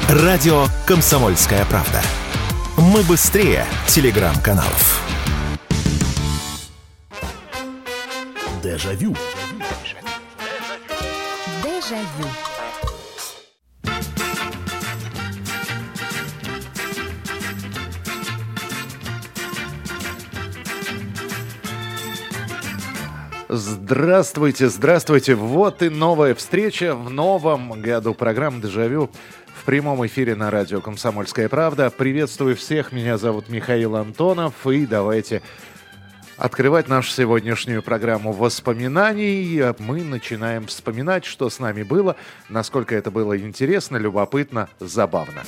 Радио «Комсомольская правда». Мы быстрее телеграм-каналов. Дежавю. Дежавю. Здравствуйте, здравствуйте. Вот и новая встреча в новом году. Программа «Дежавю» в прямом эфире на радио «Комсомольская правда». Приветствую всех, меня зовут Михаил Антонов. И давайте открывать нашу сегодняшнюю программу воспоминаний. Мы начинаем вспоминать, что с нами было, насколько это было интересно, любопытно, забавно.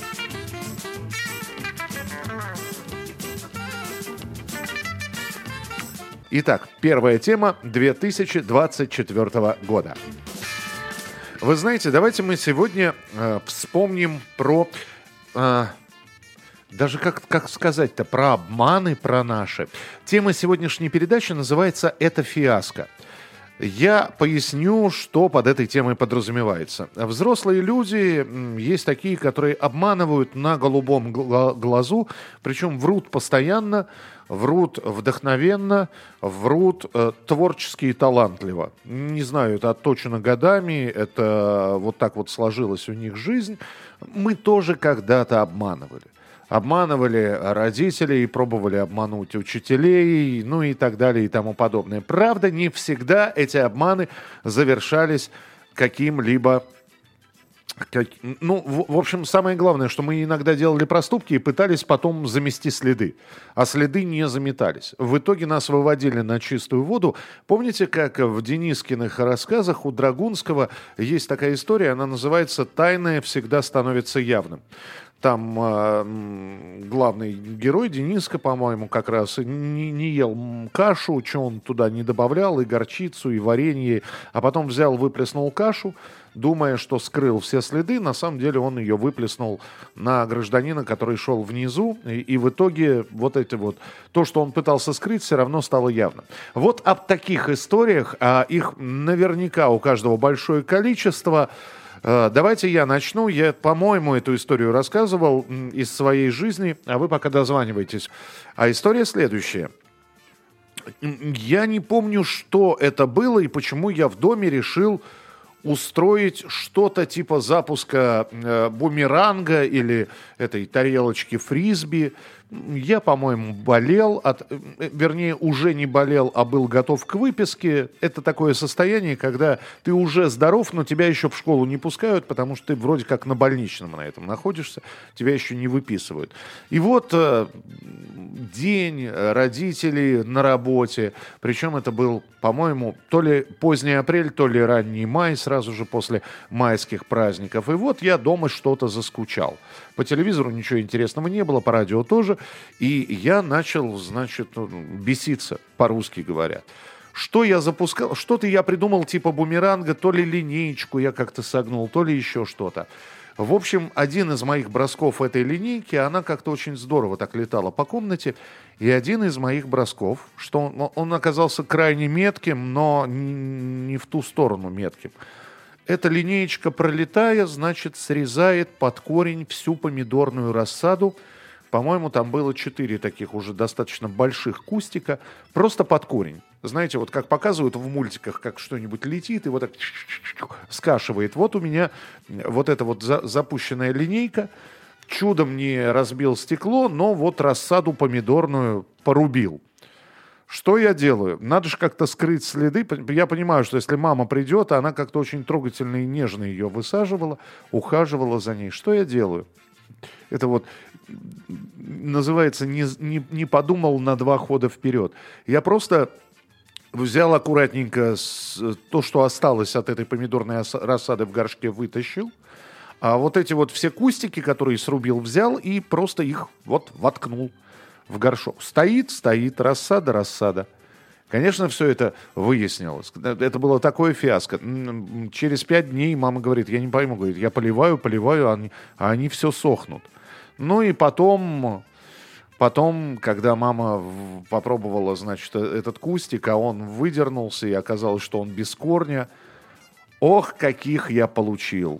Итак, первая тема 2024 года. Вы знаете, давайте мы сегодня вспомним про... даже как сказать-то, про обманы, про наши. Тема сегодняшней передачи называется «Это фиаско». Я поясню, что под этой темой подразумевается. Взрослые люди, есть такие, которые обманывают на голубом глазу, причем врут постоянно, врут вдохновенно, врут творчески и талантливо. Не знаю, это отточено годами, это вот так вот сложилась у них жизнь. Мы тоже когда-то обманывали. Обманывали родителей, пробовали обмануть учителей, ну и так далее и тому подобное. Правда, не всегда эти обманы завершались каким-либо... в общем, самое главное, что мы иногда делали проступки и пытались потом замести следы. А следы не заметались. В итоге нас выводили на чистую воду. Помните, как в Денискиных рассказах у Драгунского есть такая история, она называется «Тайное всегда становится явным». Там главный герой, Дениска, по-моему, как раз не ел кашу, что он туда не добавлял, и горчицу, и варенье, а потом взял, выплеснул кашу, думая, что скрыл все следы, на самом деле он ее выплеснул на гражданина, который шел внизу, и в итоге вот эти вот, то, что он пытался скрыть, все равно стало явно. Вот об таких историях, а их наверняка у каждого большое количество. Давайте я начну. Я, по-моему, эту историю рассказывал из своей жизни, а вы пока дозваниваетесь. А история следующая. Я не помню, что это было и почему я в доме решил устроить что-то типа запуска бумеранга или этой тарелочки фрисби. Я, по-моему, болел, вернее, уже не болел, а был готов к выписке. Это такое состояние, когда ты уже здоров, но тебя еще в школу не пускают, потому что ты вроде как на больничном на этом находишься, тебя еще не выписывают. И вот день родителей на работе, причем это был, по-моему, то ли поздний апрель, то ли ранний май, сразу же после майских праздников. И вот я дома что-то заскучал. По телевизору ничего интересного не было, по радио тоже. И я начал, значит, беситься, по-русски говоря. Что я запускал? Что-то я придумал типа бумеранга, то ли линеечку я как-то согнул, то ли еще что-то. В общем, один из моих бросков этой линейки, она как-то очень здорово так летала по комнате. И один из моих бросков, что он оказался крайне метким, но не в ту сторону метким. Эта линеечка, пролетая, значит, срезает под корень всю помидорную рассаду. По-моему, там было 4 таких уже достаточно больших кустика. Просто под корень. Знаете, вот как показывают в мультиках, как что-нибудь летит и вот так скашивает. Вот у меня вот эта вот запущенная линейка. Чудом не разбил стекло, но вот рассаду помидорную порубил. Что я делаю? Надо же как-то скрыть следы. Я понимаю, что если мама придет, она как-то очень трогательно и нежно ее высаживала, ухаживала за ней. Что я делаю? Это вот называется не подумал на 2 хода вперед. Я просто взял аккуратненько то, что осталось от этой помидорной рассады в горшке, вытащил. А вот эти вот все кустики, которые срубил, взял и просто их вот воткнул в горшок. Стоит, рассада. Конечно, все это выяснилось. Это было такое фиаско. Через 5 дней мама говорит, я не пойму, говорит, я поливаю, а они все сохнут. Ну и потом, когда мама попробовала, значит, этот кустик, а он выдернулся, и оказалось, что он без корня. Ох, каких я получил.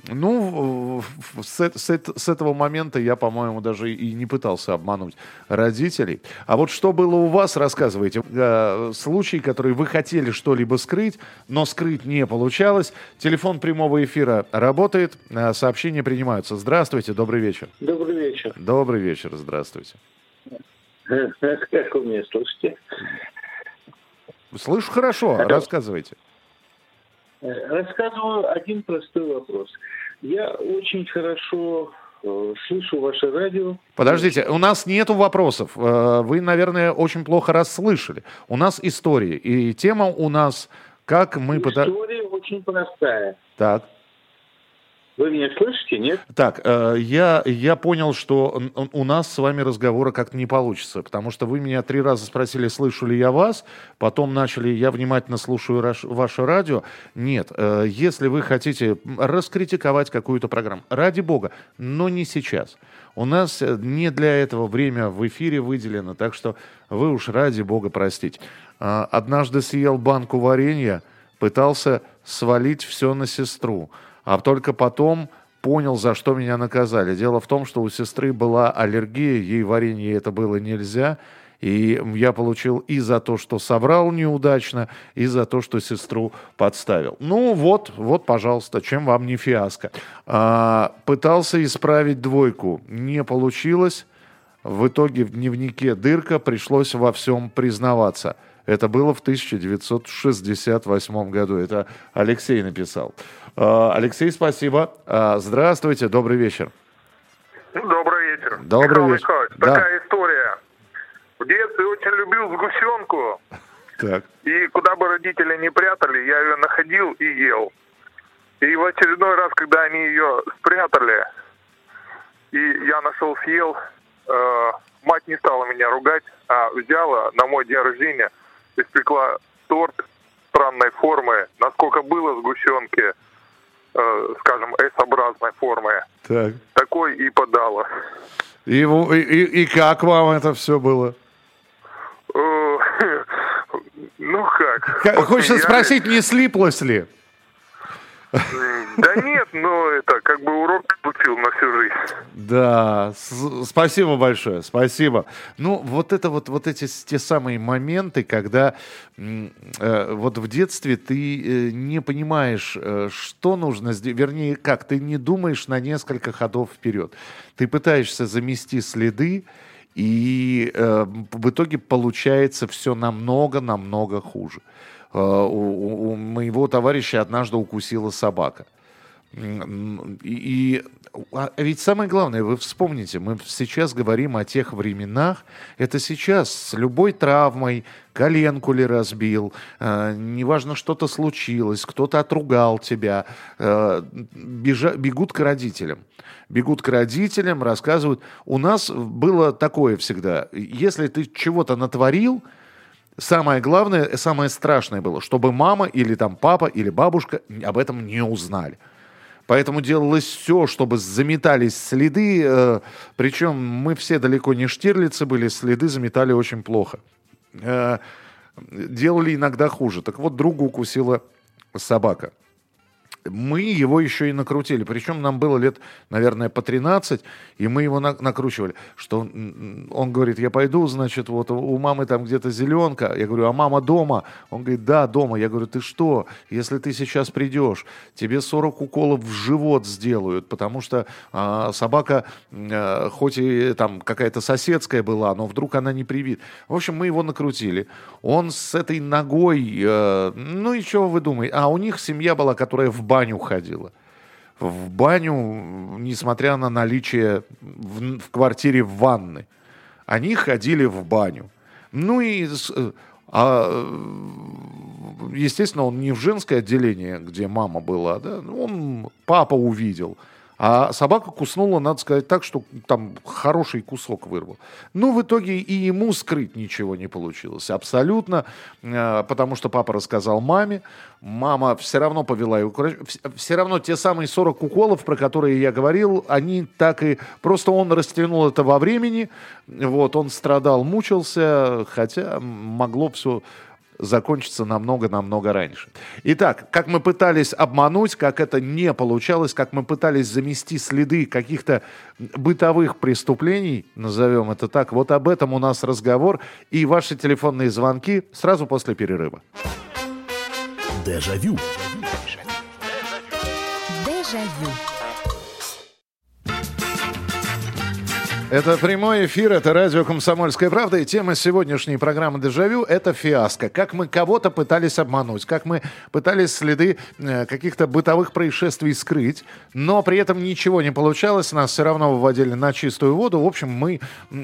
Ну, с этого момента я, по-моему, даже и не пытался обмануть родителей. А вот что было у вас, рассказывайте. Случай, который вы хотели что-либо скрыть, но скрыть не получалось. Телефон прямого эфира работает, сообщения принимаются. Здравствуйте, добрый вечер. Добрый вечер. Добрый вечер, здравствуйте. Как вы меня слышите? Слышу хорошо, рассказывайте. Рассказываю один простой вопрос. Я очень хорошо слышу ваше радио. Подождите, у нас нету вопросов. Вы, наверное, очень плохо расслышали. У нас истории. И тема у нас, как мы... История очень простая. Так. Вы меня слышите, нет? Так, я понял, что у нас с вами разговора как-то не получится, потому что вы меня 3 раза спросили, слышу ли я вас, потом начали, я внимательно слушаю ваше радио. Нет, если вы хотите раскритиковать какую-то программу, ради бога, но не сейчас. У нас не для этого время в эфире выделено, так что вы уж ради бога простите. Однажды съел банку варенья, пытался свалить все на сестру. А только потом понял, за что меня наказали. Дело в том, что у сестры была аллергия, ей варенье это было нельзя. И я получил и за то, что соврал неудачно, и за то, что сестру подставил. Ну вот, пожалуйста, чем вам не фиаско. Пытался исправить 2, не получилось. В итоге в дневнике дырка, пришлось во всем признаваться. Это было в 1968 году. Это Алексей написал. Алексей, спасибо. Здравствуйте, добрый вечер. Добрый вечер. Добрый вечер. Да. Такая история. В детстве очень любил сгущенку. Так. И куда бы родители не прятали, я ее находил и ел. И в очередной раз, когда они ее спрятали, и я нашел, съел, мать не стала меня ругать, а взяла на мой день рождения, испекла торт странной формы, насколько было сгущенки, скажем, S-образной формы. Так. Такой и подала. И как вам это все было? Ну как? Хочется спросить, не слиплось ли? Да нет, но это как бы урок получил на всю жизнь. Да, спасибо большое, спасибо. Ну, вот эти те самые моменты, когда вот в детстве ты не понимаешь, что нужно сделать, вернее, как, ты не думаешь на несколько ходов вперед. Ты пытаешься замести следы, и в итоге получается все намного хуже. У моего товарища однажды укусила собака. А ведь самое главное, вы вспомните, мы сейчас говорим о тех временах, это сейчас с любой травмой, коленку ли разбил, неважно, что-то случилось, кто-то отругал тебя, бегут к родителям. Бегут к родителям, рассказывают. У нас было такое всегда, если ты чего-то натворил, самое главное, самое страшное было, чтобы мама или там папа или бабушка об этом не узнали. Поэтому делалось все, чтобы заметались следы. Причем мы все далеко не Штирлицы были, следы заметали очень плохо. Делали иногда хуже. Так вот, друга укусила собака. Мы его еще и накрутили. Причем нам было лет, наверное, по 13, и мы его накручивали. Что он говорит, я пойду, значит, вот у мамы там где-то зеленка. Я говорю, а мама дома? Он говорит, да, дома. Я говорю, ты что? Если ты сейчас придешь, тебе 40 уколов в живот сделают, потому что собака, хоть и там какая-то соседская была, но вдруг она не привит. В общем, мы его накрутили. Он с этой ногой, ну и что вы думаете? А у них семья была, которая в баню ходила. В баню, несмотря на наличие в квартире ванны. Они ходили в баню. Ну и, естественно, он не в женское отделение, где мама была, да? Он папа увидел. А собака куснула, надо сказать так, что там хороший кусок вырвал. Ну, в итоге и ему скрыть ничего не получилось. Абсолютно. Потому что папа рассказал маме. Мама все равно повела его. Все равно те самые 40 уколов, про которые я говорил, они так и... Просто он растянул это во времени. Вот, он страдал, мучился. Хотя могло все закончится намного-намного раньше. Итак, как мы пытались обмануть, как это не получалось, как мы пытались замести следы каких-то бытовых преступлений, назовем это так, вот об этом у нас разговор и ваши телефонные звонки сразу после перерыва. Дежавю. Дежавю. Это прямой эфир, это радио «Комсомольская правда», и тема сегодняшней программы «Дежавю» — это фиаско. Как мы кого-то пытались обмануть, как мы пытались следы каких-то бытовых происшествий скрыть, но при этом ничего не получалось, нас все равно выводили на чистую воду. В общем, мы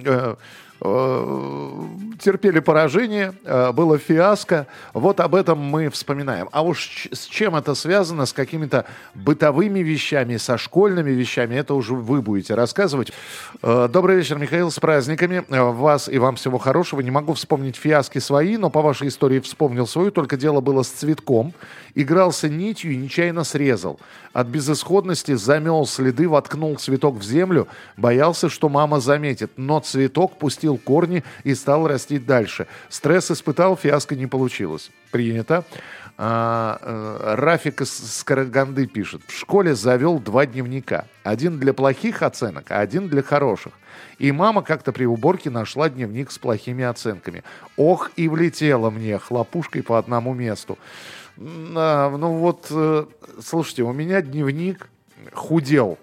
терпели поражение, было фиаско. Вот об этом мы вспоминаем. А уж с чем это связано, с какими-то бытовыми вещами, со школьными вещами, это уже вы будете рассказывать. Добрый вечер, Михаил, с праздниками вас и вам всего хорошего. Не могу вспомнить фиаски свои, но по вашей истории вспомнил свою. Только дело было с цветком. Игрался нитью и нечаянно срезал. От безысходности замел следы, воткнул цветок в землю. Боялся, что мама заметит. Но цветок пустил корни и стал расти дальше. Стресс испытал, фиаско не получилось. Принято. Рафик из Караганды пишет. В школе завел 2 дневника. Один для плохих оценок, а один для хороших. И мама как-то при уборке нашла дневник с плохими оценками. Ох, и влетела мне хлопушкой по одному месту. Ну вот, слушайте, у меня дневник худел.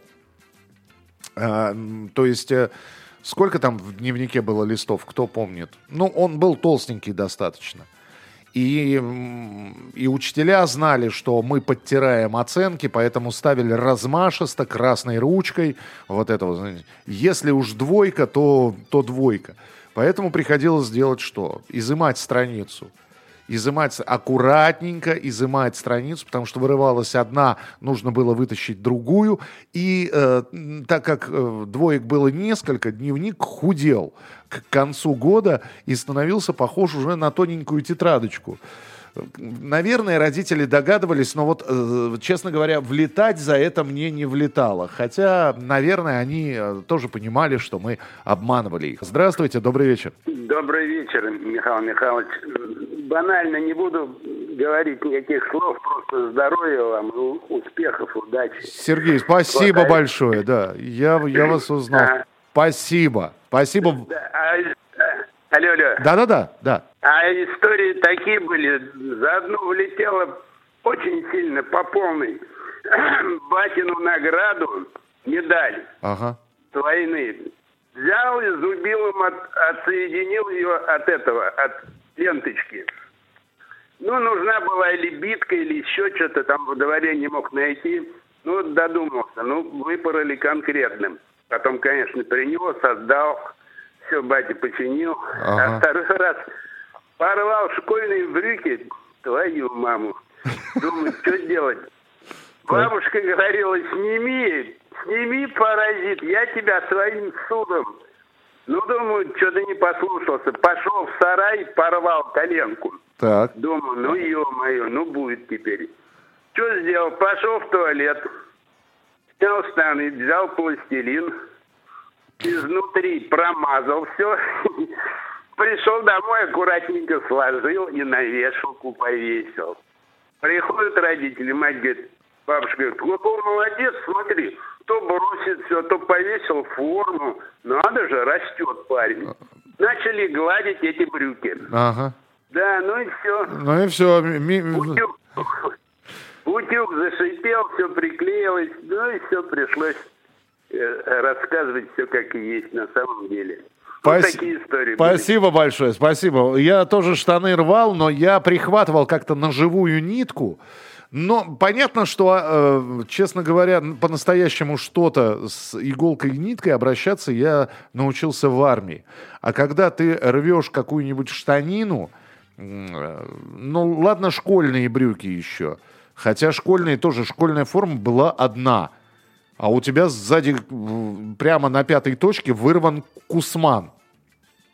То есть... Сколько там в дневнике было листов, кто помнит? Ну, он был толстенький достаточно. И учителя знали, что мы подтираем оценки, поэтому ставили размашисто, красной ручкой. Вот это вот, знаете. Если уж 2, то 2. Поэтому приходилось делать что? Изымать страницу. Изымать аккуратненько, изымать страницу, потому что вырывалась одна, нужно было вытащить другую. И так как 2 было несколько, дневник худел к концу года и становился похож уже на тоненькую тетрадочку. Наверное, родители догадывались, но вот, честно говоря, влетать за это мне не влетало. Хотя, наверное, они тоже понимали, что мы обманывали их. Здравствуйте, добрый вечер. Добрый вечер, Михаил Михайлович. Банально не буду говорить никаких слов, просто здоровья вам, успехов, удачи. Сергей, спасибо большое, да, я вас узнал. Спасибо. Алло. Да. А истории такие были. Заодно влетело очень сильно по полной. Батину награду, медаль с войны. Взял и зубилом отсоединил ее от ленточки. Ну, нужна была или битка, или еще что-то там во дворе не мог найти. Ну, вот додумался. Ну, выпороли конкретным. Потом, конечно, принес, отдал. Все, батя починил. А второй раз порвал школьные брюки. Твою маму. Думаю, что делать? Бабушка говорила, сними, паразит, я тебя своим судом. Ну, думаю, что-то не послушался. Пошел в сарай, порвал коленку. Так. Думаю, ну, ё-моё, ну, будет теперь. Что сделал? Пошел в туалет. Снял штаны, взял пластилин. Изнутри промазал все. Пришел домой, аккуратненько сложил и на вешалку повесил. Приходят родители, мать говорит, бабушка говорит, вот он молодец, смотри, то бросит все, то повесил форму. Надо же, растет парень. Начали гладить эти брюки. Ага. Да, ну и все. Ну и все. Утюг зашипел, все приклеилось, ну и все, пришлось рассказывать все как и есть на самом деле. Вот такие истории. Спасибо большое, спасибо. Я тоже штаны рвал, но я прихватывал как-то на живую нитку. Но понятно, что, честно говоря, по-настоящему что-то с иголкой и ниткой обращаться я научился в армии. А когда ты рвешь какую-нибудь штанину, ну ладно, школьные брюки еще, хотя школьная форма была одна, а у тебя сзади прямо на 5-й точке вырван кусман.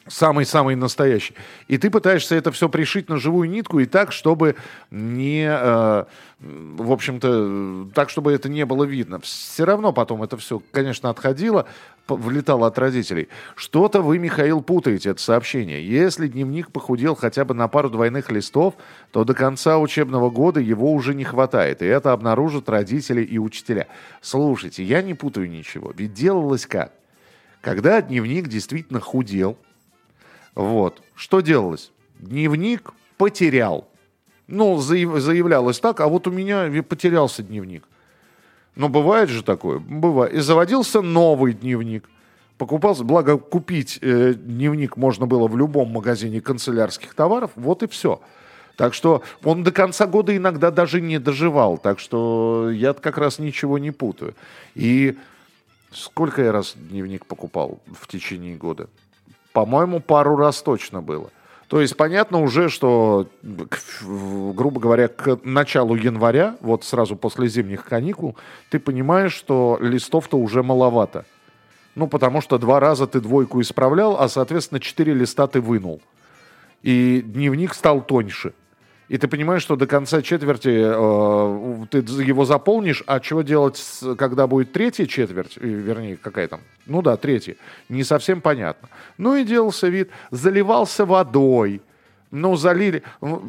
Самый-самый настоящий. И ты пытаешься это все пришить на живую нитку и так, чтобы не... в общем-то, так, чтобы это не было видно. Все равно потом это все, конечно, отходило, влетало от родителей. Что-то вы, Михаил, путаете это сообщение. Если дневник похудел хотя бы на пару двойных листов, то до конца учебного года его уже не хватает. И это обнаружат родители и учителя. Слушайте, я не путаю ничего. Ведь делалось как? Когда дневник действительно худел, вот, что делалось? Дневник потерял. Ну, заявлялось так, а вот у меня потерялся дневник. Ну, бывает же такое, бывает. И заводился новый дневник. Покупался, благо купить дневник можно было в любом магазине канцелярских товаров, вот и все. Так что он до конца года иногда даже не доживал, так что я как раз ничего не путаю. И сколько я раз дневник покупал в течение года? По-моему, пару раз точно было. То есть понятно уже, что, грубо говоря, к началу января, вот сразу после зимних каникул, ты понимаешь, что листов-то уже маловато. Ну, потому что 2 раза ты двойку исправлял, а, соответственно, 4 листа ты вынул. И дневник стал тоньше. И ты понимаешь, что до конца четверти ты его заполнишь, а чего делать, когда будет третья четверть, вернее, какая там, ну да, третья, не совсем понятно. Ну и делался вид, заливался водой, ну залили,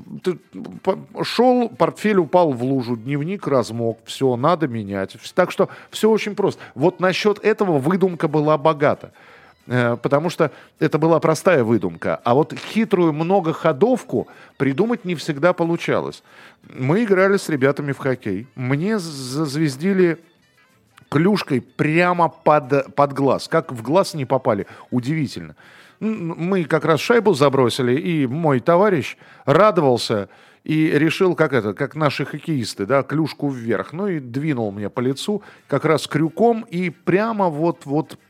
шел, портфель упал в лужу, дневник размок, все, надо менять. Так что все очень просто. Вот насчет этого выдумка была богата. Потому что это была простая выдумка. А вот хитрую многоходовку придумать не всегда получалось. Мы играли с ребятами в хоккей. Мне зазвездили клюшкой прямо под глаз. Как в глаз не попали. Удивительно. Мы как раз шайбу забросили, и мой товарищ радовался и решил, как наши хоккеисты, да, клюшку вверх. Ну и двинул мне по лицу как раз крюком, и прямо вот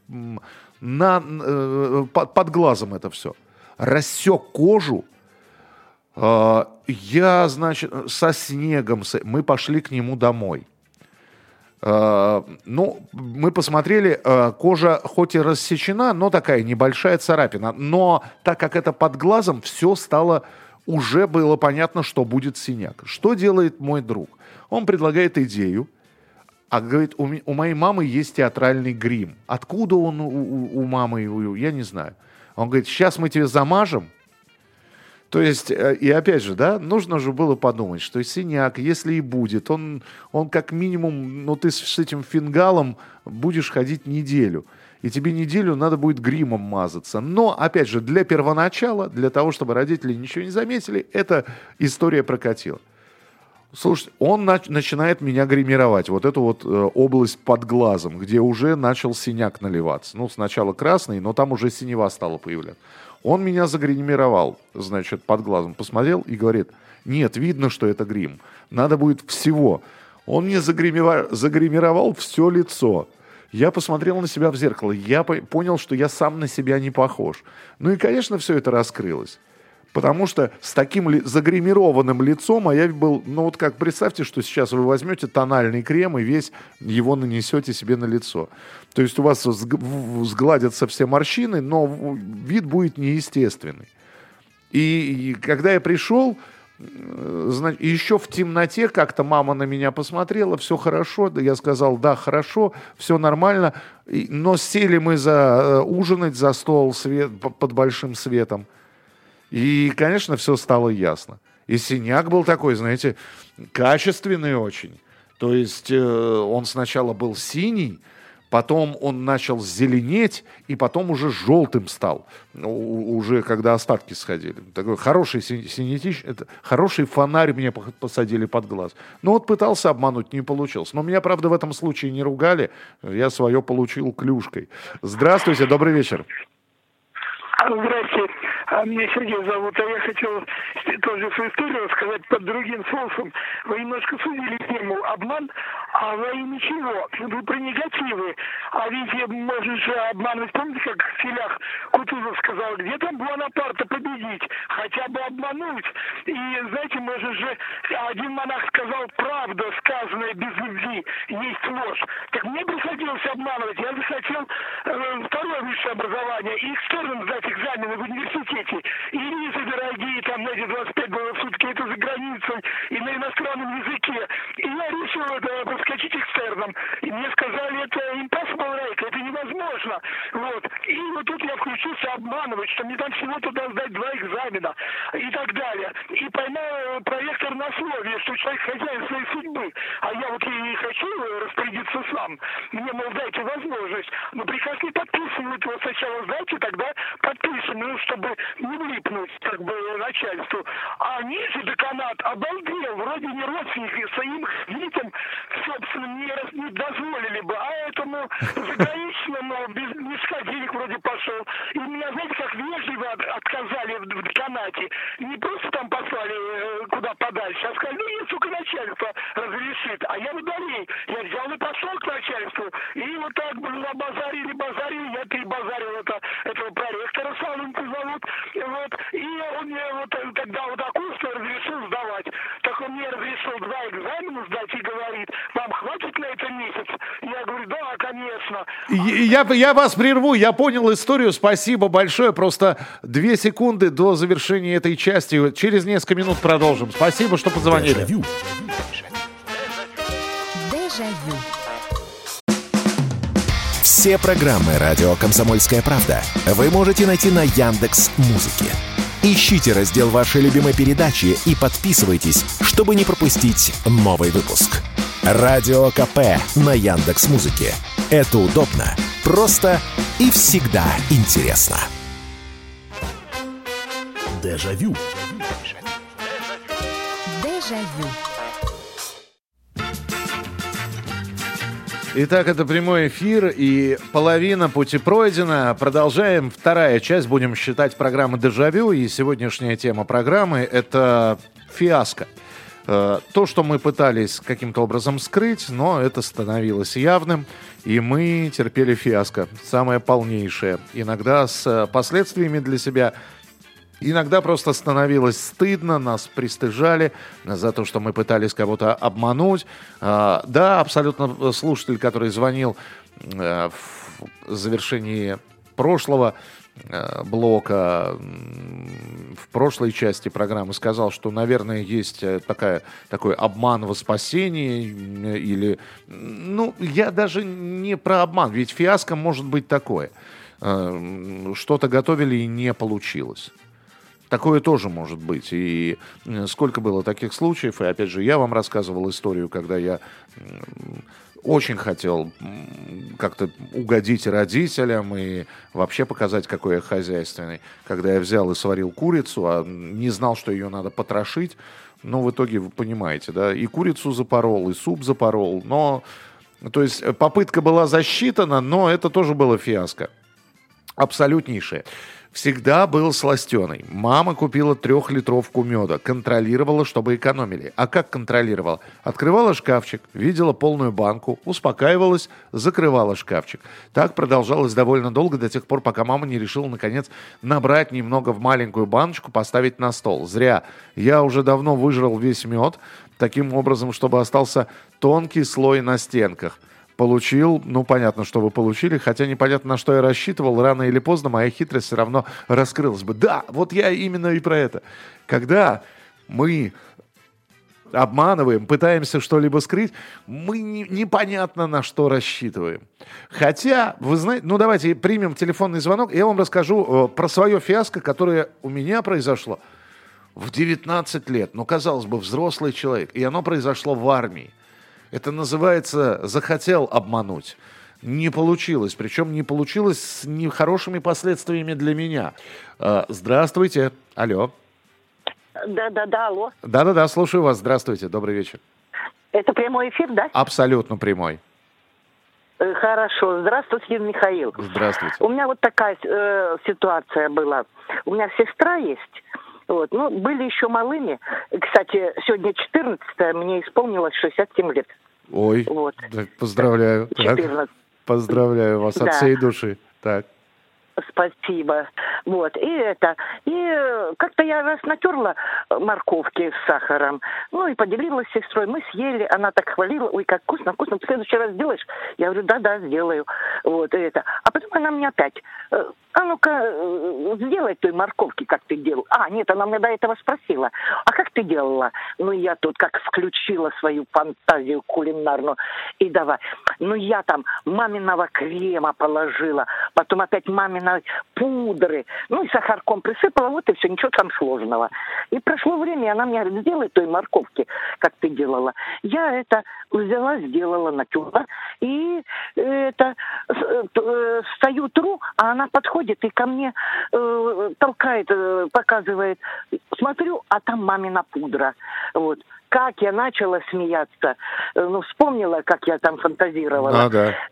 под глазом это все. Рассек кожу. Я, значит, со снегом. Мы пошли к нему домой. Ну, мы посмотрели, кожа хоть и рассечена, но такая небольшая царапина. Но так как это под глазом, все стало... Уже было понятно, что будет синяк. Что делает мой друг? Он предлагает идею. А говорит, у моей мамы есть театральный грим. Откуда он у мамы, я не знаю. Он говорит, сейчас мы тебе замажем. То есть, и опять же, да, нужно же было подумать, что синяк, если и будет, он как минимум, ну ты с этим фингалом будешь ходить неделю. И тебе неделю надо будет гримом мазаться. Но, опять же, для первоначала, для того, чтобы родители ничего не заметили, эта история прокатила. Слушайте, он начинает меня гримировать, вот эту вот область под глазом, где уже начал синяк наливаться. Ну, сначала красный, но там уже синева стала появляться. Он меня загримировал, значит, под глазом, посмотрел и говорит, нет, видно, что это грим, надо будет всего. Он мне загримировал все лицо. Я посмотрел на себя в зеркало, я понял, что я сам на себя не похож. Ну и, конечно, все это раскрылось. Потому что с таким загримированным лицом, а я был, ну вот как, представьте, что сейчас вы возьмете тональный крем и весь его нанесете себе на лицо. То есть у вас сгладятся все морщины, но вид будет неестественный. И когда я пришел, еще в темноте как-то мама на меня посмотрела, все хорошо, я сказал, да, хорошо, все нормально, но сели мы ужинать за стол под большим светом. И, конечно, все стало ясно. И синяк был такой, знаете, качественный очень. То есть он сначала был синий, потом он начал зеленеть, и потом уже желтым стал. Уже когда остатки сходили. Такой хороший синетич, хороший фонарь мне посадили под глаз. Ну вот пытался обмануть, не получилось. Но меня, правда, в этом случае не ругали. Я свое получил клюшкой. Здравствуйте, добрый вечер. Здравствуйте. Меня Сергей зовут, а я хотел тоже свою историю рассказать под другим соусом. Вы немножко судили тему обман, а во имя чего? Вы про негативы. А ведь можно же обманывать. Помните, как в филях Кутузов сказал, где там Буонапарта победить? Хотя бы обмануть. И, знаете, можно же... Один монах сказал, правда, сказанная без любви, есть ложь. Так мне приходилось обманывать. Я захотел второе высшее образование и экстерном сдать экзамены в университете. И визы дорогие, там, знаете, 25 долларов в сутки, это за границей, и на иностранном языке. И я решил это проскочить экстерном. И мне сказали, это impossible, Рейк, это невозможно. Вот. И вот тут я включился обманывать, что мне там всего туда сдать 2 экзамена и так далее. И поймал проектор на слове, что человек хозяин своей судьбы. А я вот и не хочу распорядиться сам. Мне, мол, дайте возможность. Но приказ не подписывают его сначала, сдайте, тогда подпишем, ну, чтобы не влипнуть, как бы, начальству. А ниже деканат обалдел, вроде не родственники, своим детям, собственно, не дозволили бы, а этому заграничному без мешка денег вроде пошел. И меня, знаете, как вежливо отказали в деканате. Не просто там послали куда подальше, а сказали, ну, нет, сука, начальство разрешит. А я водолей. Я взял и пошел к начальству. И вот так базарили, я перебазарил этого проректора, Саленко зовут. Вот. И он мне вот тогда вот окурство разрешил сдавать. Так он мне разрешил 2 экзамена сдать и говорит, вам хватит на это месяц? Я говорю, да, конечно. Я вас прерву, я понял историю, спасибо большое. Просто 2 секунды до завершения этой части. Через несколько минут продолжим. Спасибо, что позвонили. Дежавю. Все программы «Радио Комсомольская правда» вы можете найти на Яндекс.Музыке. Ищите раздел вашей любимой передачи и подписывайтесь, чтобы не пропустить новый выпуск. Радио КП на Яндекс.Музыке. Это удобно, просто и всегда интересно. Дежавю. Дежавю. Итак, это прямой эфир, и половина пути пройдена. Продолжаем. Вторая часть, будем считать, программы «Дежавю». И сегодняшняя тема программы – это фиаско. То, что мы пытались каким-то образом скрыть, но это становилось явным, и мы терпели фиаско, самое полнейшее. Иногда с последствиями для себя. Иногда просто становилось стыдно, нас пристыжали за то, что мы пытались кого-то обмануть. Да, абсолютно слушатель, который звонил в завершении прошлого блока, в прошлой части программы, сказал, что, наверное, есть такой обман во спасении. Или, ну, я даже не про обман, ведь фиаско может быть такое. Что-то готовили и не получилось. Такое тоже может быть. И сколько было таких случаев. И опять же, я вам рассказывал историю, когда я очень хотел как-то угодить родителям и вообще показать, какой я хозяйственный. Когда я взял и сварил курицу, а не знал, что ее надо потрошить. Но в итоге, вы понимаете, да, и курицу запорол, и суп запорол. Но, то есть попытка была засчитана, но это тоже было фиаско. Абсолютнейшее. Всегда был сластеный. Мама купила 3-литровку меда. Контролировала, чтобы экономили. А как контролировала? Открывала шкафчик, видела полную банку, успокаивалась, закрывала шкафчик. Так продолжалось довольно долго, до тех пор, пока мама не решила, наконец, набрать немного в маленькую баночку, поставить на стол. Зря. Я уже давно выжрал весь мед, таким образом, чтобы остался тонкий слой на стенках. Получил, ну, понятно, что вы получили, хотя непонятно, на что я рассчитывал, рано или поздно моя хитрость все равно раскрылась бы. Да, вот я именно и про это. Когда мы обманываем, пытаемся что-либо скрыть, мы непонятно на что рассчитываем. Хотя, вы знаете, ну, давайте примем телефонный звонок, и я вам расскажу про свое фиаско, которое у меня произошло в 19 лет. Ну, казалось бы, взрослый человек, и оно произошло в армии. Это называется «захотел обмануть». Не получилось. Причем не получилось с нехорошими последствиями для меня. Здравствуйте. Алло. Да, алло. Да, слушаю вас. Здравствуйте. Добрый вечер. Это прямой эфир, да? Абсолютно прямой. Хорошо. Здравствуйте, Михаил. Здравствуйте. У меня вот такая ситуация была. У меня сестра есть. Вот. Ну, были еще малыми. Кстати, сегодня 14-е, мне исполнилось 67 лет. Ой, вот. Поздравляю. 14. Поздравляю вас от всей души. Так. Спасибо. Вот. И как-то я раз натерла морковки с сахаром. Ну и поделилась с сестрой. Мы съели. Она так хвалила. Ой, как вкусно, вкусно. В следующий раз сделаешь? Я говорю, да, сделаю. Вот и это. А потом она мне опять: а ну-ка, сделай той морковки, как ты делал. Нет, она мне до этого спросила. А как ты делала? Ну, я тут как включила свою фантазию кулинарную. И давай. Ну, я там маминого крема положила. Потом опять маминой пудры. Ну, и сахарком присыпала. Вот и все. Ничего там сложного. И прошло время, и она мне говорит, сделай той морковки, как ты делала. Я это взяла, сделала, натерла. И стою, тру, а она подходит и ко мне толкает, показывает. Смотрю, а там мамина пудра. Вот. Как я начала смеяться. Вспомнила, как я там фантазировала.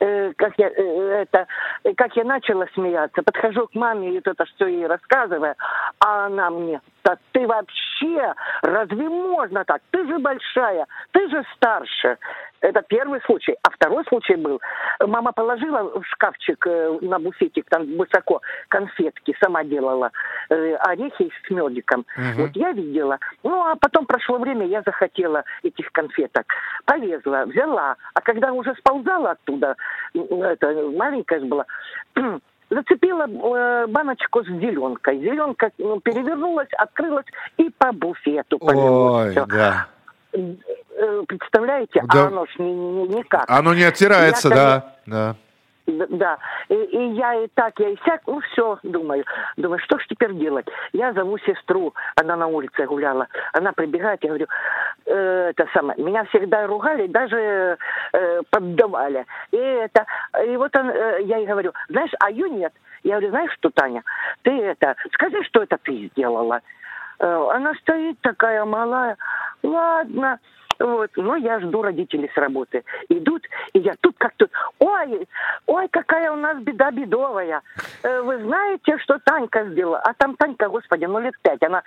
Как я начала смеяться. Подхожу к маме и это все ей рассказываю. А она мне: да ты вообще, разве можно так? Ты же большая, ты же старше. Это первый случай. А второй случай был. Мама положила в шкафчик на буфетик, там высоко, конфетки, сама делала, орехи с медиком. Вот я видела. Ну, а потом прошло время, я захотела этих конфеток. Полезла, взяла. А когда уже сползала оттуда, маленькая же была, зацепила баночку с зеленкой. Зеленка перевернулась, открылась и по буфету полилась. Ой, да. Представляете? Да. А оно ж никак. Оно не оттирается, да. Да. И я и так, я и сяк, все, думаю, что ж теперь делать? Я зову сестру, она на улице гуляла, она прибегает, я говорю, меня всегда ругали, даже поддавали. И вот я ей говорю, знаешь, а ее нет. Я говорю, знаешь что, Таня, ты скажи, что это ты сделала. Она стоит такая малая, ладно. Вот. Но я жду родителей с работы. Идут, и я тут как тут. Ой, какая у нас беда бедовая. Вы знаете, что Танька сделала? А там Танька, господи, лет 5. Она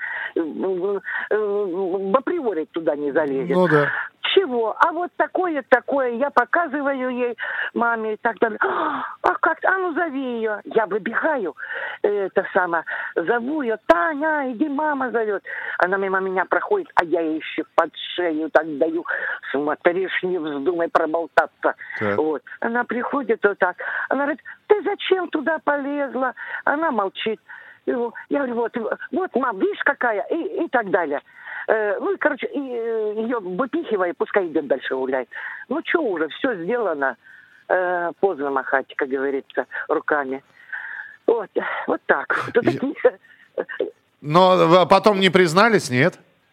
в априори туда не залезет. Ну да. Чего? А вот такое. Я показываю ей, маме и так далее. А как? А ну зови ее. Я выбегаю. Зову ее. Таня, иди, мама зовет. Она мимо меня проходит, а я ей еще под шею так даю. Смотришь, не вздумай проболтаться. Вот. Она приходит вот так. Она говорит, ты зачем туда полезла? Она молчит. Я говорю, вот, мам, видишь какая? И так далее. Ее выпихивай, пускай идет дальше гулять. Ну, что уже, все сделано. Поздно махать, как говорится, руками. Вот так. Но потом не признались, нет?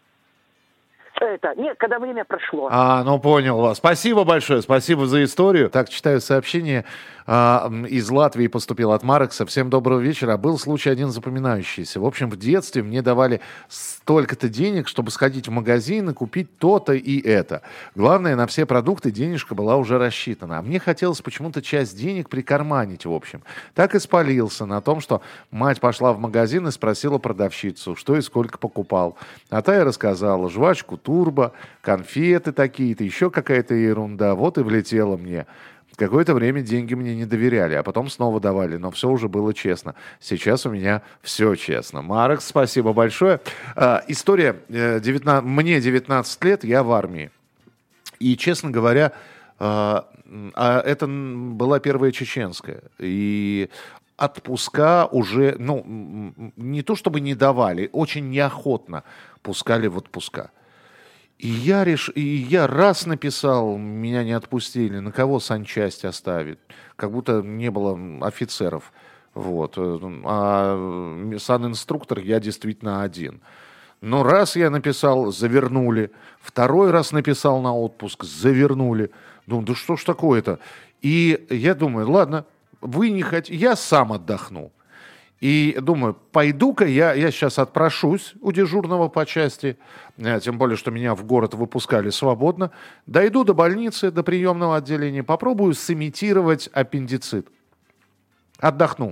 Нет, когда время прошло. Понял вас. Спасибо большое, спасибо за историю. Так, читаю сообщение. Из Латвии поступил от Марекса. Всем доброго вечера. Был случай один запоминающийся. В общем, в детстве мне давали столько-то денег, чтобы сходить в магазин и купить то-то и это. Главное, на все продукты денежка была уже рассчитана. А мне хотелось почему-то часть денег прикарманить, в общем. Так и спалился на том, что мать пошла в магазин и спросила продавщицу, что и сколько покупал. А та и рассказала: жвачку Турбо, конфеты такие-то, еще какая-то ерунда. Вот и влетело мне. Какое-то время деньги мне не доверяли, а потом снова давали, но все уже было честно. Сейчас у меня все честно. Марекс, спасибо большое. История. Мне 19 лет, я в армии. И, честно говоря, это была первая чеченская. И отпуска уже, не то чтобы не давали, очень неохотно пускали в отпуска. И я раз написал, меня не отпустили, на кого санчасть оставит, как будто не было офицеров. Вот. А санинструктор я действительно один. Но раз я написал, завернули. Второй раз написал на отпуск, завернули. Думаю, да что ж такое-то? И я думаю, ладно, вы не хотите, я сам отдохну. И думаю, пойду-ка я сейчас отпрошусь у дежурного по части, тем более, что меня в город выпускали свободно, дойду до больницы, до приемного отделения, попробую сымитировать аппендицит. Отдохну.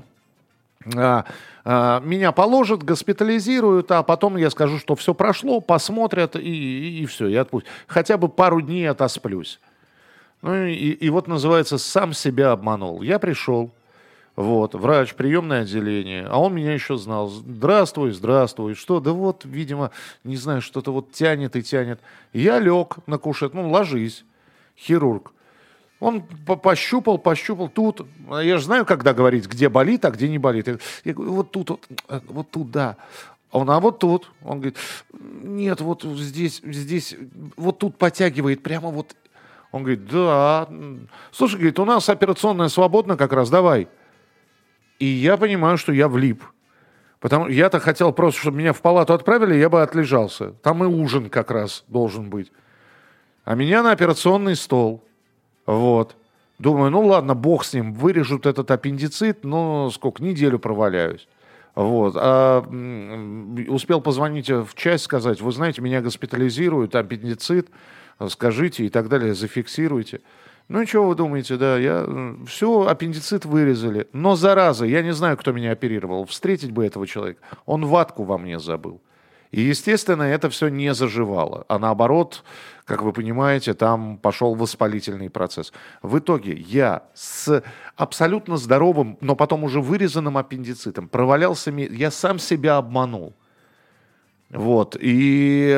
Меня положат, госпитализируют, а потом я скажу, что все прошло, посмотрят и все, и отпустят. Хотя бы пару дней отосплюсь. Ну и вот называется, сам себя обманул. Я пришел. Вот, врач, приемное отделение, а он меня еще знал. Здравствуй, что? Да вот, видимо, не знаю, что-то вот тянет и тянет. Я лег на кушет, ложись, хирург. Он пощупал, тут, я же знаю, когда говорить, где болит, а где не болит. Я говорю, вот тут, да. А вот тут. Он говорит, нет, вот здесь, вот тут потягивает, прямо вот. Он говорит, да. Слушай, говорит, у нас операционная свободна как раз, давай. И я понимаю, что я влип. Потому я-то хотел просто, чтобы меня в палату отправили, я бы отлежался. Там и ужин как раз должен быть. А меня на операционный стол. Вот. Думаю, ладно, бог с ним, вырежут этот аппендицит, неделю проваляюсь. Вот. Успел позвонить в часть, сказать, вы знаете, меня госпитализируют, аппендицит, скажите и так далее, зафиксируйте. И что вы думаете, да, все, аппендицит вырезали. Но, зараза, я не знаю, кто меня оперировал. Встретить бы этого человека. Он ватку во мне забыл. И, естественно, это все не заживало. А наоборот, как вы понимаете, там пошел воспалительный процесс. В итоге я с абсолютно здоровым, но потом уже вырезанным аппендицитом провалялся, я сам себя обманул. Вот. И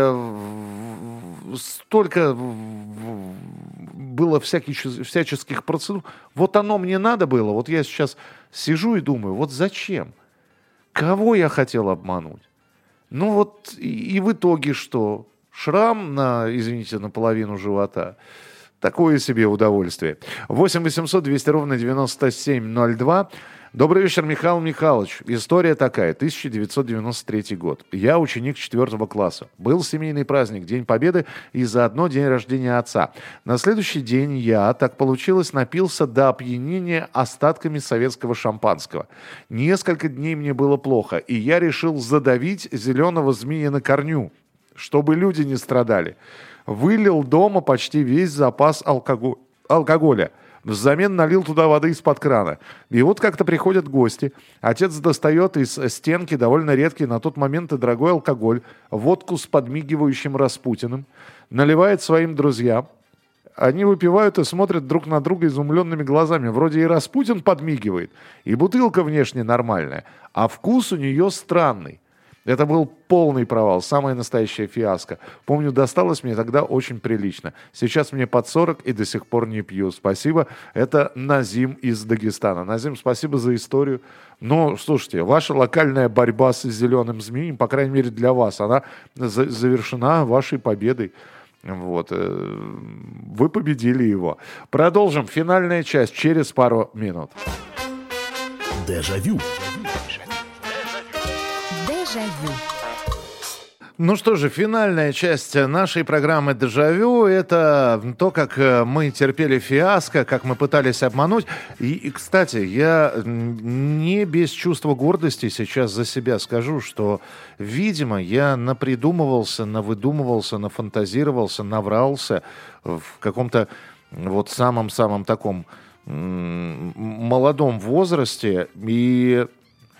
столько было всяческих процедур. Вот оно мне надо было. Вот я сейчас сижу и думаю, вот зачем? Кого я хотел обмануть? И в итоге что? Шрам на половину живота. Такое себе удовольствие. 8 800 200 ровно 9702. Добрый вечер, Михаил Михайлович. История такая. 1993 год. Я ученик 4 класса. Был семейный праздник, День Победы и заодно день рождения отца. На следующий день я, так получилось, напился до опьянения остатками советского шампанского. Несколько дней мне было плохо, и я решил задавить зеленого змея на корню, чтобы люди не страдали. Вылил дома почти весь запас алкоголя. Взамен налил туда воды из-под крана. И вот как-то приходят гости. Отец достает из стенки довольно редкий на тот момент и дорогой алкоголь, водку с подмигивающим Распутиным, наливает своим друзьям. Они выпивают и смотрят друг на друга изумленными глазами. Вроде и Распутин подмигивает, и бутылка внешне нормальная, а вкус у нее странный. Это был полный провал, самая настоящая фиаско. Помню, досталось мне тогда очень прилично. Сейчас мне под 40 и до сих пор не пью. Спасибо. Это Назим из Дагестана. Назим, спасибо за историю. Но, слушайте, ваша локальная борьба с зеленым змеем, по крайней мере для вас, она завершена вашей победой. Вот. Вы победили его. Продолжим. Финальная часть через пару минут. Дежавю. Ну что же, финальная часть нашей программы «Дежавю» — это то, как мы терпели фиаско, как мы пытались обмануть. И, кстати, я не без чувства гордости сейчас за себя скажу, что, видимо, я напридумывался, навыдумывался, нафантазировался, наврался в каком-то вот самом-самом таком молодом возрасте. И,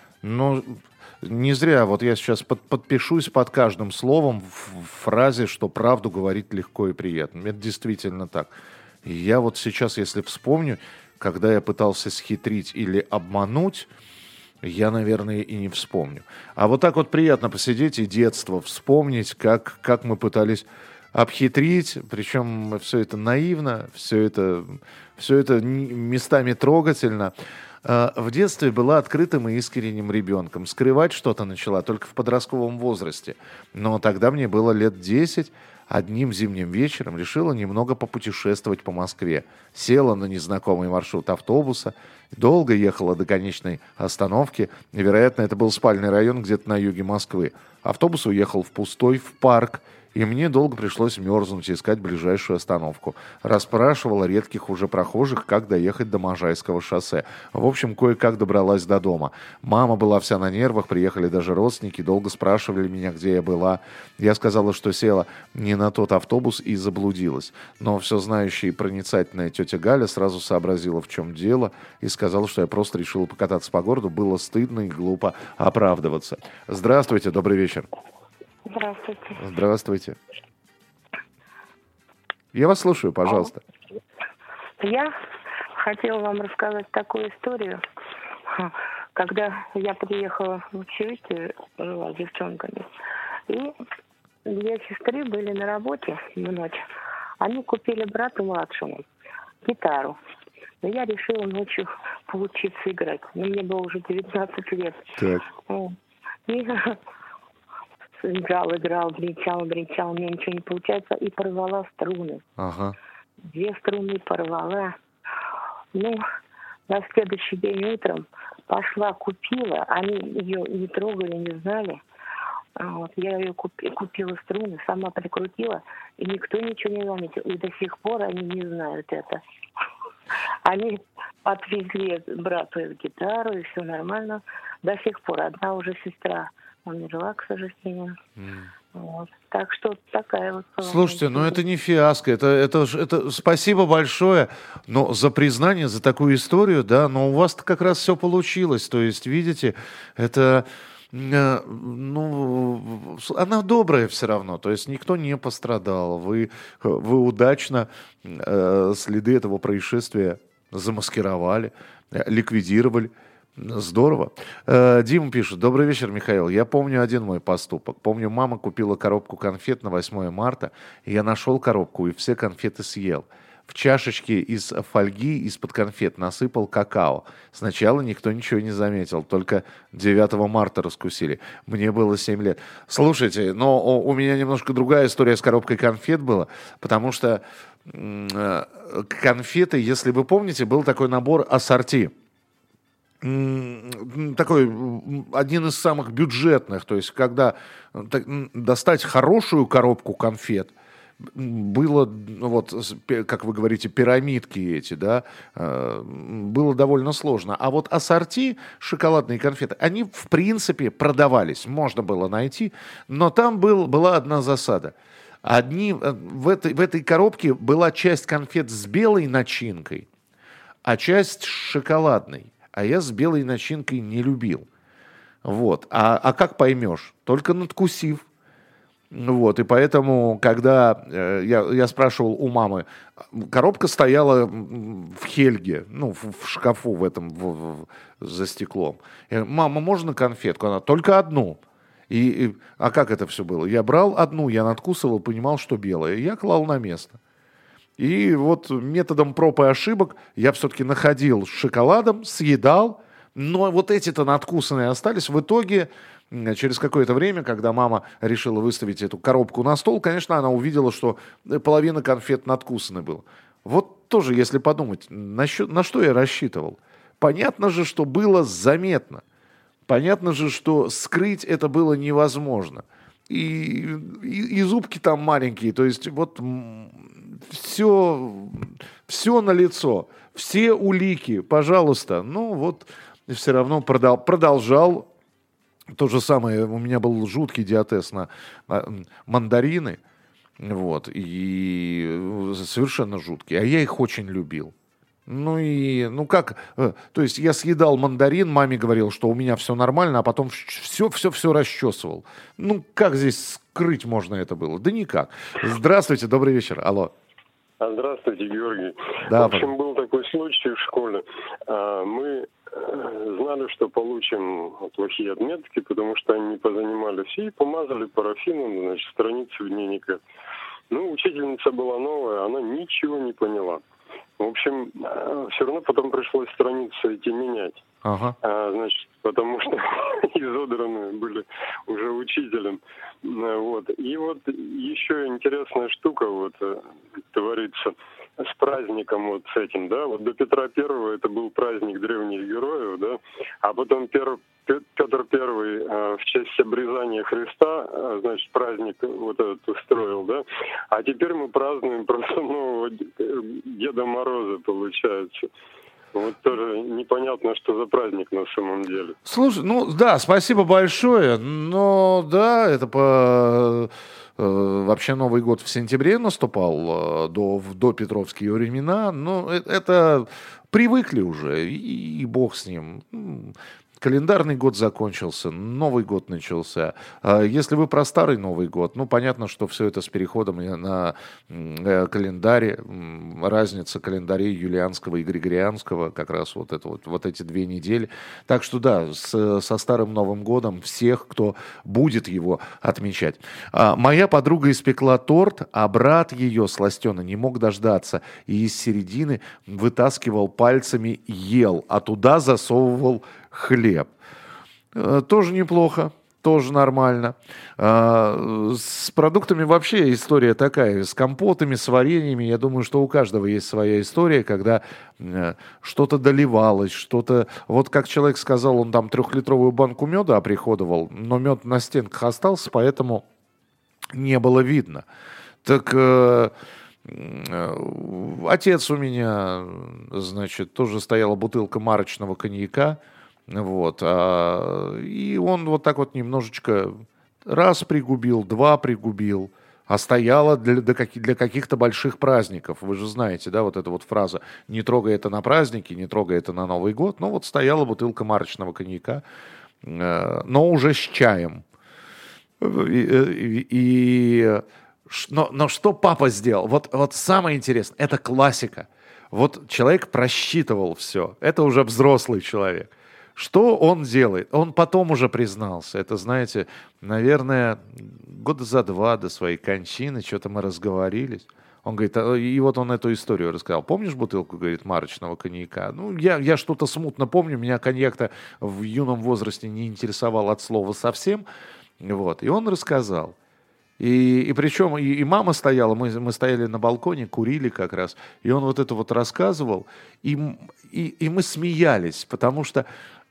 не зря, вот я сейчас подпишусь под каждым словом в фразе, что правду говорить легко и приятно. Это действительно так. И я вот сейчас, если вспомню, когда я пытался схитрить или обмануть, я, наверное, и не вспомню. А вот так вот приятно посидеть и детство вспомнить, как мы пытались обхитрить, причем все это наивно, все это местами трогательно. В детстве была открытым и искренним ребенком. Скрывать что-то начала только в подростковом возрасте. Но тогда мне было лет 10. Одним зимним вечером решила немного попутешествовать по Москве. Села на незнакомый маршрут автобуса, долго ехала до конечной остановки. Вероятно, это был спальный район где-то на юге Москвы. Автобус уехал в парк, И мне долго пришлось мерзнуть и искать ближайшую остановку. Расспрашивала редких уже прохожих, как доехать до Можайского шоссе. В общем, кое-как добралась до дома. Мама была вся на нервах, приехали даже родственники, долго спрашивали меня, где я была. Я сказала, что села не на тот автобус и заблудилась. Но все знающая и проницательная тетя Галя сразу сообразила, в чем дело, и сказала, что я просто решила покататься по городу. Было стыдно и глупо оправдываться. Здравствуйте, добрый вечер. Здравствуйте. Здравствуйте. Я вас слушаю, пожалуйста. Я хотела вам рассказать такую историю. Когда я приехала в общежитие, жила с девчонками, и две сестры были на работе в ночь. Они купили брату младшему гитару. Но я решила ночью поучиться играть. Мне было уже 19 лет. Так. И играл, бренчал, у меня ничего не получается, и порвала струны. Ага. 2 струны порвала. На следующий день утром пошла, купила, они ее не трогали, не знали. Вот, я ее купила струны, сама прикрутила, и никто ничего не заметил. И до сих пор они не знают это. Они отвезли брату гитару, и все нормально. До сих пор одна уже сестра умерла, к сожалению. Вот. Так что такая вот... Слушайте, это не фиаско, это спасибо большое, но за признание, за такую историю, да, но у вас-то как раз все получилось, то есть, видите, это... она добрая все равно, то есть никто не пострадал, вы удачно следы этого происшествия замаскировали, ликвидировали. Здорово. Дима пишет: добрый вечер, Михаил. Я помню один мой поступок. Помню, мама купила коробку конфет на 8 марта, и я нашел коробку и все конфеты съел. В чашечке из фольги из-под конфет насыпал какао. Сначала никто ничего не заметил, только 9 марта раскусили. Мне было 7 лет. Слушайте, но у меня немножко другая история с коробкой конфет была, потому что конфеты, если вы помните, был такой набор ассорти. Такой один из самых бюджетных, то есть когда достать хорошую коробку конфет, было, вот, как вы говорите, пирамидки эти, да, было довольно сложно. А вот ассорти, шоколадные конфеты, они, в принципе, продавались, можно было найти, но там была одна засада. В этой коробке была часть конфет с белой начинкой, а часть с шоколадной. А я с белой начинкой не любил. Вот. А как поймешь? Только надкусив. Вот. И поэтому, когда я спрашивал у мамы, коробка стояла в Хельге, в шкафу в этом, за стеклом. Я говорю: мама, можно конфетку? Она: только одну. А как это все было? Я брал одну, я надкусывал, понимал, что белая, и я клал на место. И вот методом проб и ошибок я все-таки находил с шоколадом, съедал, но вот эти-то надкусанные остались. В итоге, через какое-то время, когда мама решила выставить эту коробку на стол, конечно, она увидела, что половина конфет надкусаны была. Вот тоже, если подумать, на что я рассчитывал. Понятно же, что было заметно. Понятно же, что скрыть это было невозможно. И зубки там маленькие, то есть вот... Все налицо, все улики, пожалуйста. Все равно продолжал. То же самое, у меня был жуткий диатез на мандарины. Вот, и совершенно жуткий. А я их очень любил. То есть я съедал мандарин, маме говорил, что у меня все нормально, а потом все расчесывал. Как здесь скрыть можно это было? Да никак. Здравствуйте, добрый вечер. Алло. Здравствуйте, Георгий. Да, в общем, был такой случай в школе. Мы знали, что получим плохие отметки, потому что они не позанимались, и помазали парафином, страницу дневника. Учительница была новая, она ничего не поняла. В общем, все равно потом пришлось страницу эти менять. Ага. Потому что изодранные были уже учителем. Вот. И вот еще интересная штука творится с праздником с этим, да. Вот до Петра Первого это был праздник древних героев, да. А потом Петр Первый в честь обрезания Христа, значит, праздник вот этот устроил, да? А теперь мы празднуем просто нового Деда Мороза, получается. Вот тоже непонятно, что за праздник на самом деле. Слушай, ну да, спасибо большое, но да, это вообще Новый год в сентябре наступал, до Петровские времена, но это привыкли уже, и бог с ним. Календарный год закончился, Новый год начался. Если вы про старый Новый год, ну, понятно, что все это с переходом на календарь, разница календарей юлианского и григорианского, как раз вот эти 2 недели. Так что да, со старым Новым годом всех, кто будет его отмечать. Моя подруга испекла торт, а брат ее, сластена, не мог дождаться и из середины вытаскивал пальцами, ел, а туда засовывал хлеб. Тоже неплохо, тоже нормально. С продуктами вообще история такая. С компотами, с вареньями. Я думаю, что у каждого есть своя история, когда что-то доливалось, что-то... Вот как человек сказал, он там 3-литровую банку меда оприходовал, но мед на стенках остался, поэтому не было видно. Так... Отец у меня, значит, тоже стояла бутылка марочного коньяка. Вот, и он вот так вот немножечко раз пригубил, 2 пригубил, а стояла для каких-то больших праздников. Вы же знаете, да, вот эта вот фраза «не трогай это на праздники, не трогай это на Новый год». Ну вот стояла бутылка марочного коньяка, но уже с чаем. Но что папа сделал? Вот самое интересное, это классика. Вот человек просчитывал все, это уже взрослый человек. Что он делает? Он потом уже признался. Это, знаете, наверное, года за 2 до своей кончины, что-то мы разговорились. Он говорит, и вот он эту историю рассказал. Помнишь бутылку, говорит, марочного коньяка? Ну, я что-то смутно помню. Меня коньяк-то в юном возрасте не интересовал от слова совсем. Вот. И он рассказал. И причем и мама стояла, мы стояли на балконе, курили как раз. И он вот это вот рассказывал. И мы смеялись, потому что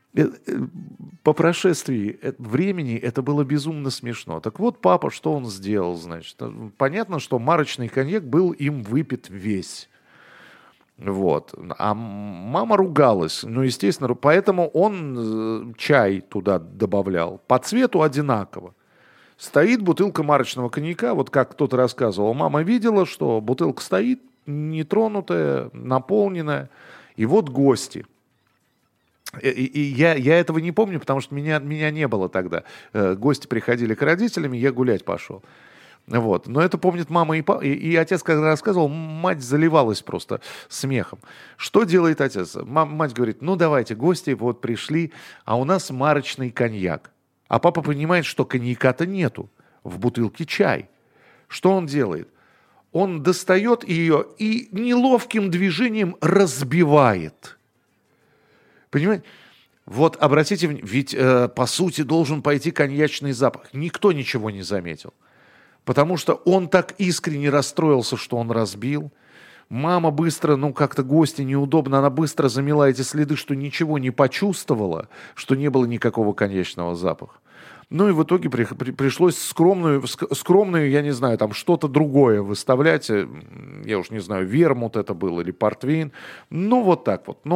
по прошествии времени это было безумно смешно. Так вот, папа, что он сделал, значит? Понятно, что марочный коньяк был им выпит весь. Вот. А мама ругалась. Ну, естественно, поэтому он чай туда добавлял. По цвету одинаково. Стоит бутылка марочного коньяка, вот как кто-то рассказывал. Мама видела, что бутылка стоит, нетронутая, наполненная. И вот гости. И я этого не помню, потому что меня не было тогда. Гости приходили к родителям, и я гулять пошел. Вот. Но это помнит мама и отец, когда рассказывал, мать заливалась просто смехом. Что делает отец? Мать говорит, ну давайте, гости вот пришли, а у нас марочный коньяк. А папа понимает, что коньяка-то нету, в бутылке чай. Что он делает? Он достает ее и неловким движением разбивает. Понимаете? Вот обратите внимание, ведь по сути должен пойти коньячный запах. Никто ничего не заметил. Потому что он так искренне расстроился, что он разбил. Мама быстро, как-то гости неудобно, она быстро замела эти следы, что ничего не почувствовала, что не было никакого коньячного запаха. Ну и в итоге пришлось скромную, я не знаю, там что-то другое выставлять. Я уж не знаю, вермут это был или портвейн. Ну вот так вот.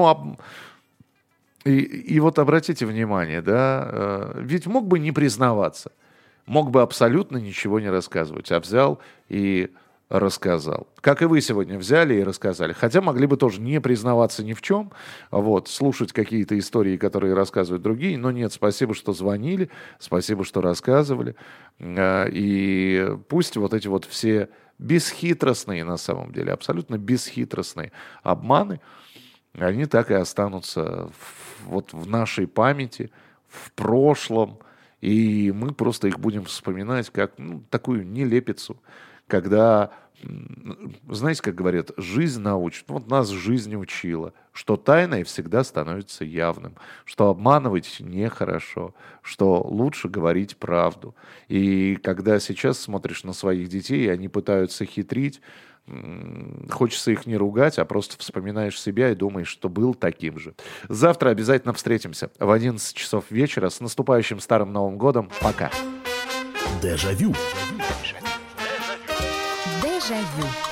И вот обратите внимание, да, ведь мог бы не признаваться, мог бы абсолютно ничего не рассказывать, а взял и рассказал. Как и вы сегодня взяли и рассказали. Хотя могли бы тоже не признаваться ни в чем, вот, слушать какие-то истории, которые рассказывают другие, но нет, спасибо, что звонили, спасибо, что рассказывали. И пусть вот эти вот все бесхитростные, на самом деле, абсолютно бесхитростные обманы, они так и останутся в нашей памяти, в прошлом, и мы просто их будем вспоминать как такую нелепицу, когда, знаете, как говорят, жизнь научит. Вот нас жизнь учила, что тайное всегда становится явным, что обманывать нехорошо, что лучше говорить правду. И когда сейчас смотришь на своих детей, и они пытаются хитрить, хочется их не ругать, а просто вспоминаешь себя и думаешь, что был таким же. Завтра обязательно встретимся в 11 часов вечера. С наступающим Старым Новым годом. Пока. Дежавю. Дежавю.